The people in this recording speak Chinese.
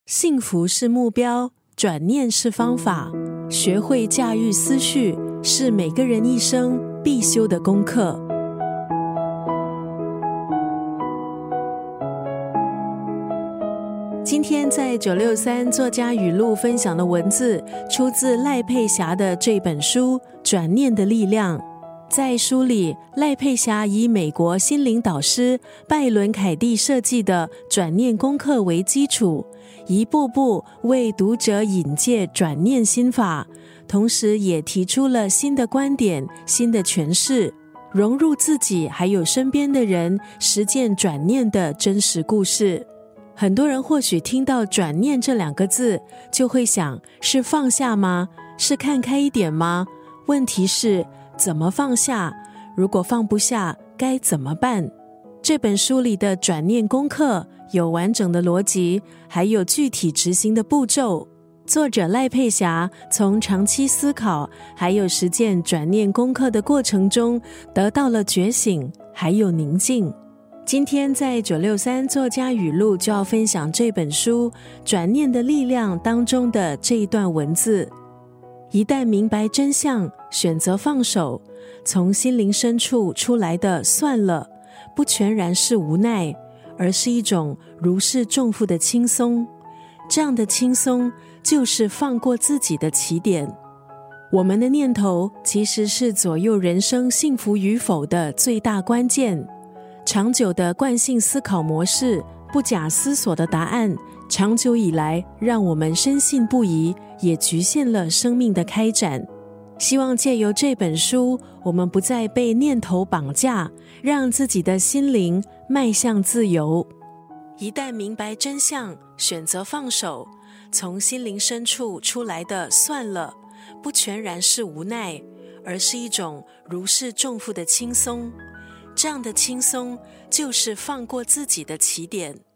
幸福是目标，转念是方法，学会驾驭思绪是每个人一生必修的功课。今天在963作家语录分享的文字出自赖佩霞的这本书《转念的力量》。在书里，赖佩霞以美国心灵导师拜伦凯蒂设计的转念功课为基础，一步步为读者引介转念心法，同时也提出了新的观点、新的诠释，融入自己还有身边的人实践转念的真实故事。很多人或许听到转念这2个字就会想，是放下吗？是看开一点吗？问题是怎么放下？如果放不下，该怎么办？这本书里的转念功课有完整的逻辑，还有具体执行的步骤。作者赖佩霞从长期思考还有实践转念功课的过程中，得到了觉醒还有宁静。今天在963作家语录就要分享这本书《转念的力量》当中的这一段文字。一旦明白真相，选择放手，从心灵深处出来的算了，不全然是无奈，而是一种如释重负的轻松。这样的轻松就是放过自己的起点。我们的念头其实是左右人生幸福与否的最大关键。长久的惯性思考模式，不假思索的答案，长久以来让我们深信不疑，也局限了生命的开展。希望借由这本书，我们不再被念头绑架，让自己的心灵迈向自由。一旦明白真相，选择放手，从心灵深处出来的算了，不全然是无奈，而是一种如释重负的轻松。这样的轻松就是放过自己的起点。